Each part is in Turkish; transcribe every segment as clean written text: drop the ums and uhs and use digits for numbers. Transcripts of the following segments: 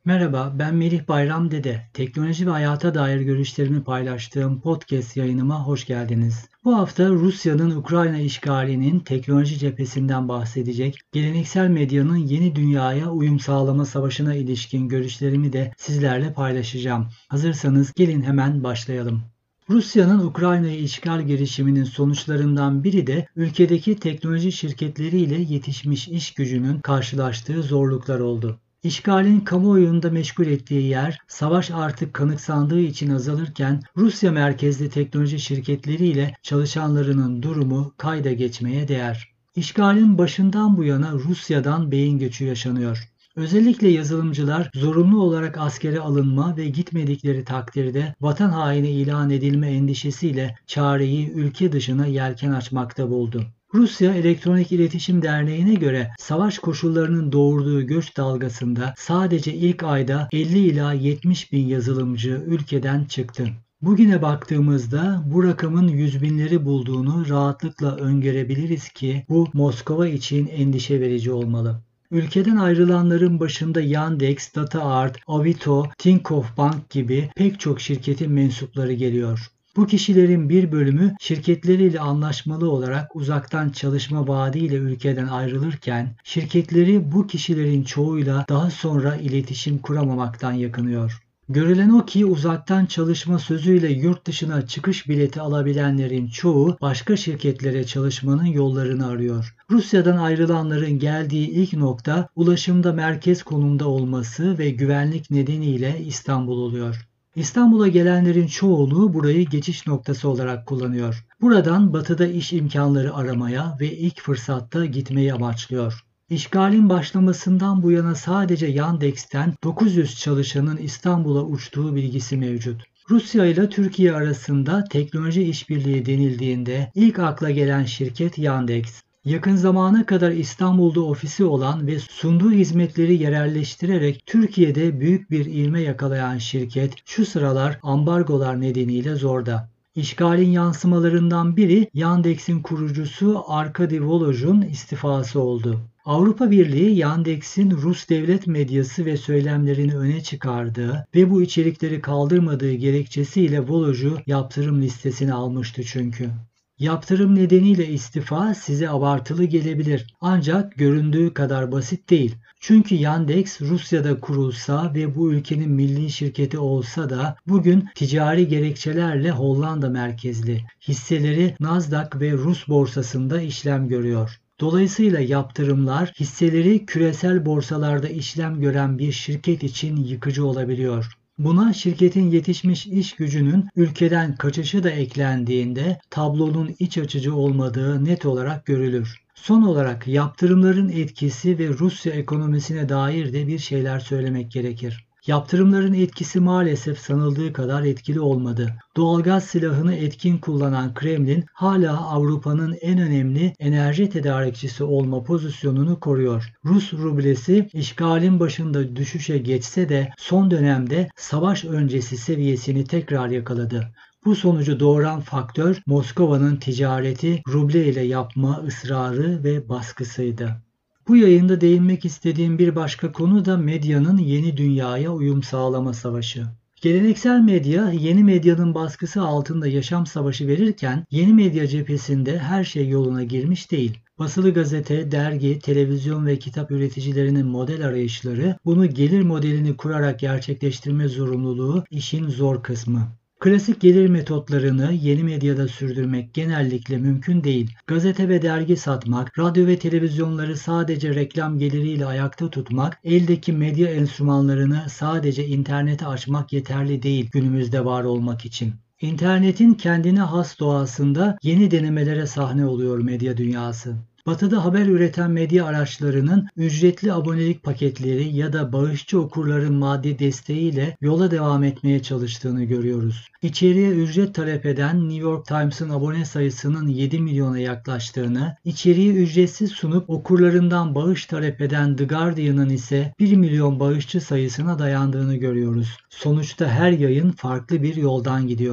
Merhaba, ben Melih Bayram Dede. Teknoloji ve hayata dair görüşlerimi paylaştığım podcast yayınıma hoş geldiniz. Bu hafta Rusya'nın Ukrayna işgalinin teknoloji cephesinden bahsedecek, geleneksel medyanın yeni dünyaya uyum sağlama savaşına ilişkin görüşlerimi de sizlerle paylaşacağım. Hazırsanız gelin hemen başlayalım. Rusya'nın Ukrayna'yı işgal girişiminin sonuçlarından biri de ülkedeki teknoloji şirketleriyle yetişmiş iş gücünün karşılaştığı zorluklar oldu. İşgalin kamuoyunda meşgul ettiği yer, savaş artık kanıksandığı için azalırken Rusya merkezli teknoloji şirketleriyle çalışanlarının durumu kayda geçmeye değer. İşgalin başından bu yana Rusya'dan beyin göçü yaşanıyor. Özellikle yazılımcılar zorunlu olarak askere alınma ve gitmedikleri takdirde vatan haini ilan edilme endişesiyle çareyi ülke dışına yelken açmakta buldu. Rusya Elektronik İletişim Derneği'ne göre savaş koşullarının doğurduğu göç dalgasında sadece ilk ayda 50 ila 70 bin yazılımcı ülkeden çıktı. Bugüne baktığımızda bu rakamın yüz binleri bulduğunu rahatlıkla öngörebiliriz ki bu Moskova için endişe verici olmalı. Ülkeden ayrılanların başında Yandex, DataArt, Avito, Tinkoff Bank gibi pek çok şirketin mensupları geliyor. Bu kişilerin bir bölümü şirketleriyle anlaşmalı olarak uzaktan çalışma vaadiyle ülkeden ayrılırken, şirketleri bu kişilerin çoğuyla daha sonra iletişim kuramamaktan yakınıyor. Görülen o ki uzaktan çalışma sözüyle yurt dışına çıkış bileti alabilenlerin çoğu başka şirketlere çalışmanın yollarını arıyor. Rusya'dan ayrılanların geldiği ilk nokta ulaşımda merkez konumda olması ve güvenlik nedeniyle İstanbul oluyor. İstanbul'a gelenlerin çoğunluğu burayı geçiş noktası olarak kullanıyor. Buradan batıda iş imkanları aramaya ve ilk fırsatta gitmeyi amaçlıyor. İşgalin başlamasından bu yana sadece Yandex'ten 900 çalışanın İstanbul'a uçtuğu bilgisi mevcut. Rusya ile Türkiye arasında teknoloji işbirliği denildiğinde ilk akla gelen şirket Yandex. Yakın zamana kadar İstanbul'da ofisi olan ve sunduğu hizmetleri yerelleştirerek Türkiye'de büyük bir ivme yakalayan şirket şu sıralar ambargolar nedeniyle zorda. İşgalin yansımalarından biri Yandex'in kurucusu Arkady Voloj'un istifası oldu. Avrupa Birliği Yandex'in Rus devlet medyası ve söylemlerini öne çıkardığı ve bu içerikleri kaldırmadığı gerekçesiyle Voloj'u yaptırım listesine almıştı çünkü. Yaptırım nedeniyle istifa size abartılı gelebilir ancak göründüğü kadar basit değil. Çünkü Yandex Rusya'da kurulsa ve bu ülkenin milli şirketi olsa da bugün ticari gerekçelerle Hollanda merkezli. Hisseleri Nasdaq ve Rus borsasında işlem görüyor. Dolayısıyla yaptırımlar hisseleri küresel borsalarda işlem gören bir şirket için yıkıcı olabiliyor. Buna şirketin yetişmiş iş gücünün ülkeden kaçışı da eklendiğinde tablonun iç açıcı olmadığı net olarak görülür. Son olarak yaptırımların etkisi ve Rusya ekonomisine dair de bir şeyler söylemek gerekir. Yaptırımların etkisi maalesef sanıldığı kadar etkili olmadı. Doğalgaz silahını etkin kullanan Kremlin hala Avrupa'nın en önemli enerji tedarikçisi olma pozisyonunu koruyor. Rus rublesi işgalin başında düşüşe geçse de son dönemde savaş öncesi seviyesini tekrar yakaladı. Bu sonucu doğuran faktör Moskova'nın ticareti ruble ile yapma ısrarı ve baskısıydı. Bu yayında değinmek istediğim bir başka konu da medyanın yeni dünyaya uyum sağlama savaşı. Geleneksel medya yeni medyanın baskısı altında yaşam savaşı verirken yeni medya cephesinde her şey yoluna girmiş değil. Basılı gazete, dergi, televizyon ve kitap üreticilerinin model arayışları bunu gelir modelini kurarak gerçekleştirme zorunluluğu işin zor kısmı. Klasik gelir metotlarını yeni medyada sürdürmek genellikle mümkün değil. Gazete ve dergi satmak, radyo ve televizyonları sadece reklam geliriyle ayakta tutmak, eldeki medya enstrümanlarını sadece internete açmak yeterli değil günümüzde var olmak için. İnternetin kendine has doğasında yeni denemelere sahne oluyor medya dünyası. Batı'da haber üreten medya araçlarının ücretli abonelik paketleri ya da bağışçı okurların maddi desteğiyle yola devam etmeye çalıştığını görüyoruz. İçeriye ücret talep eden New York Times'ın abone sayısının 7 milyona yaklaştığını, içeriği ücretsiz sunup okurlarından bağış talep eden The Guardian'ın ise 1 milyon bağışçı sayısına dayandığını görüyoruz. Sonuçta her yayın farklı bir yoldan gidiyor.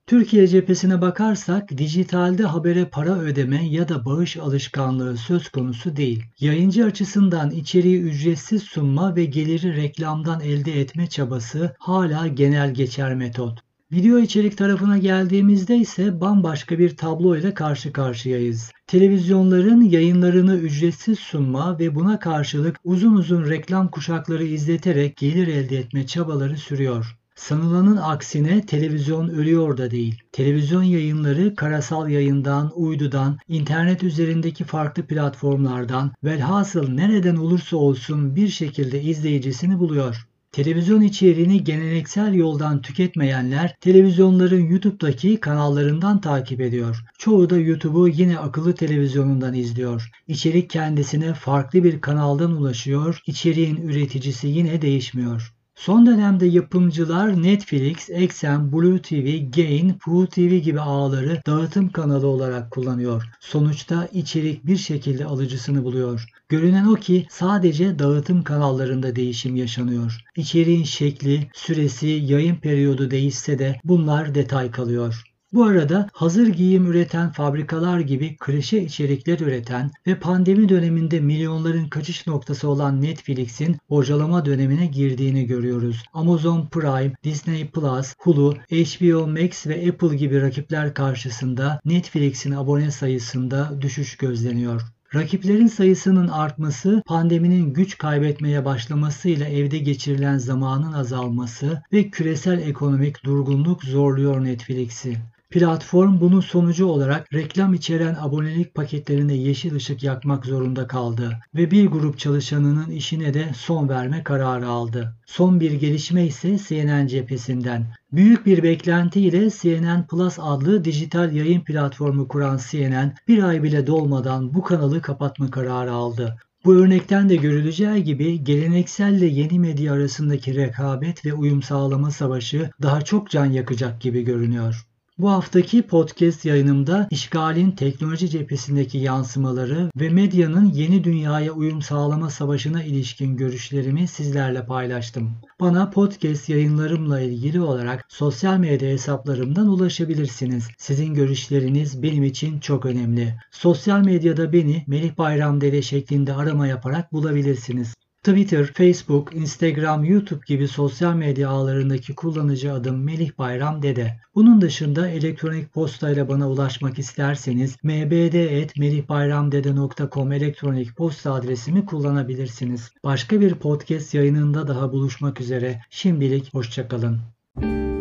Türkiye cephesine bakarsak dijitalde habere para ödeme ya da bağış alışkanlığı söz konusu değil. Yayıncı açısından içeriği ücretsiz sunma ve geliri reklamdan elde etme çabası hala genel geçer metot. Video içerik tarafına geldiğimizde ise bambaşka bir tablo ile karşı karşıyayız. Televizyonların yayınlarını ücretsiz sunma ve buna karşılık uzun uzun reklam kuşakları izleterek gelir elde etme çabaları sürüyor. Sanılanın aksine televizyon ölüyor da değil. Televizyon yayınları karasal yayından, uydudan, internet üzerindeki farklı platformlardan, velhasıl nereden olursa olsun bir şekilde izleyicisini buluyor. Televizyon içeriğini geleneksel yoldan tüketmeyenler televizyonların YouTube'daki kanallarından takip ediyor. Çoğu da YouTube'u yine akıllı televizyonundan izliyor. İçerik kendisine farklı bir kanaldan ulaşıyor, içeriğin üreticisi yine değişmiyor. Son dönemde yapımcılar Netflix, Exxen, Blue TV, Gain, Full TV gibi ağları dağıtım kanalı olarak kullanıyor. Sonuçta içerik bir şekilde alıcısını buluyor. Görünen o ki sadece dağıtım kanallarında değişim yaşanıyor. İçeriğin şekli, süresi, yayın periyodu değişse de bunlar detay kalıyor. Bu arada hazır giyim üreten fabrikalar gibi klişe içerikler üreten ve pandemi döneminde milyonların kaçış noktası olan Netflix'in bocalama dönemine girdiğini görüyoruz. Amazon Prime, Disney Plus, Hulu, HBO Max ve Apple gibi rakipler karşısında Netflix'in abone sayısında düşüş gözleniyor. Rakiplerin sayısının artması, pandeminin güç kaybetmeye başlamasıyla evde geçirilen zamanın azalması ve küresel ekonomik durgunluk zorluyor Netflix'i. Platform bunun sonucu olarak reklam içeren abonelik paketlerine yeşil ışık yakmak zorunda kaldı ve bir grup çalışanının işine de son verme kararı aldı. Son bir gelişme ise CNN cephesinden. Büyük bir beklentiyle CNN Plus adlı dijital yayın platformu kuran CNN bir ay bile dolmadan bu kanalı kapatma kararı aldı. Bu örnekten de görüleceği gibi gelenekselle yeni medya arasındaki rekabet ve uyum sağlama savaşı daha çok can yakacak gibi görünüyor. Bu haftaki podcast yayınımda işgalin teknoloji cephesindeki yansımaları ve medyanın yeni dünyaya uyum sağlama savaşına ilişkin görüşlerimi sizlerle paylaştım. Bana podcast yayınlarımla ilgili olarak sosyal medya hesaplarımdan ulaşabilirsiniz. Sizin görüşleriniz benim için çok önemli. Sosyal medyada beni Melih Bayramdere şeklinde arama yaparak bulabilirsiniz. Twitter, Facebook, Instagram, YouTube gibi sosyal medya ağlarındaki kullanıcı adım Melih Bayram Dede. Bunun dışında elektronik postayla bana ulaşmak isterseniz mbd@melihbayramdede.com elektronik posta adresimi kullanabilirsiniz. Başka bir podcast yayınında daha buluşmak üzere. Şimdilik hoşça kalın.